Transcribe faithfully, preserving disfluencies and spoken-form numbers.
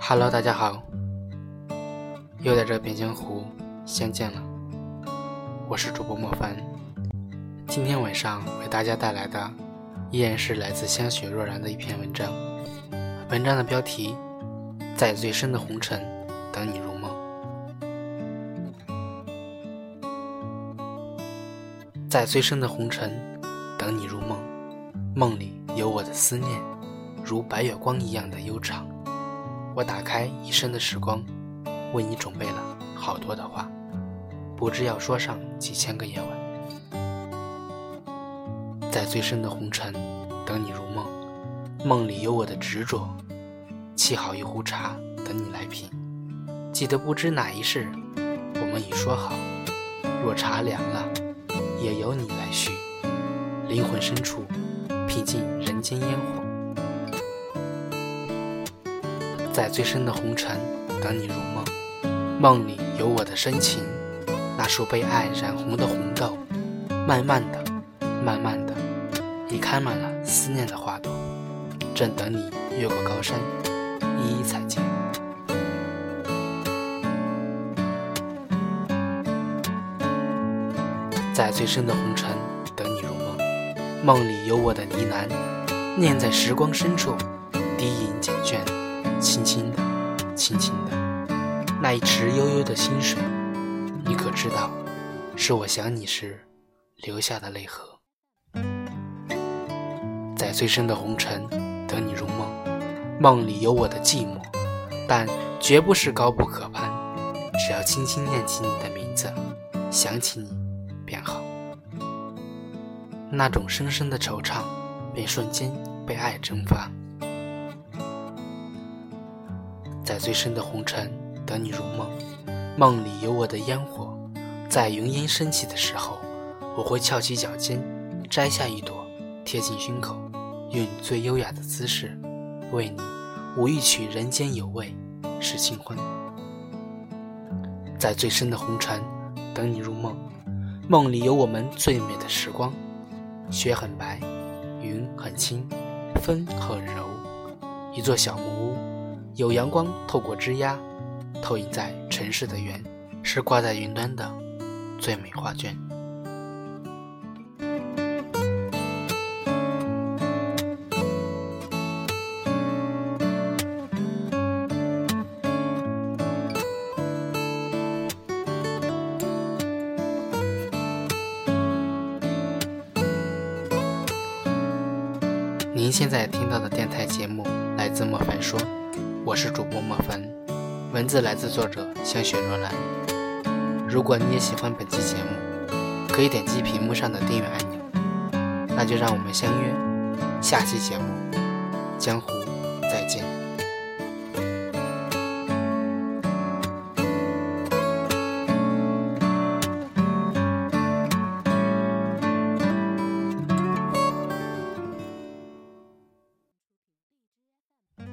Hello， 大家好，又在这边江湖相见了。我是主播莫凡，今天晚上为大家带来的依然是来自香雪若然的一篇文章。文章的标题：在最深的红尘等你入梦。在最深的红尘等你入梦，梦里有我的思念，如白月光一样的悠长。我打开一生的时光，为你准备了好多的话，不知要说上几千个夜晚。在最深的红尘等你入梦，梦里有我的执着，沏好一壶茶等你来品。记得不知哪一世，我们已说好，若茶凉了，也由你来续。灵魂深处品尽人间烟火。在最深的红尘等你入梦，梦里有我的深情，那束被爱染红的红豆，慢慢的慢慢的已开满了思念的花朵，正等你越过高山一一采撷。在最深的红尘等你入梦，梦里有我的呢喃，念在时光深处，低吟简卷，轻轻的轻轻的，那一池悠悠的心水，你可知道，是我想你时流下的泪河。在最深的红尘等你入梦，梦里有我的寂寞，但绝不是高不可攀，只要轻轻念起你的名字，想起你便好。那种深深的惆怅便瞬间被爱蒸发。在最深的红尘等你入梦，梦里有我的烟火，在云烟升起的时候，我会翘起脚尖，摘下一朵贴近胸口，用最优雅的姿势为你舞一曲人间有味是清欢。在最深的红尘等你入梦，梦里有我们最美的时光，雪很白，云很轻，风很柔，一座小木屋，有阳光透过枝桠，投影在城市的圆，是挂在云端的最美画卷。您现在听到的电台节目来自莫凡说，我是主播莫凡，文字来自作者香雪若兰。如果你也喜欢本期节目，可以点击屏幕上的订阅按钮。那就让我们相约下期节目，江湖再见。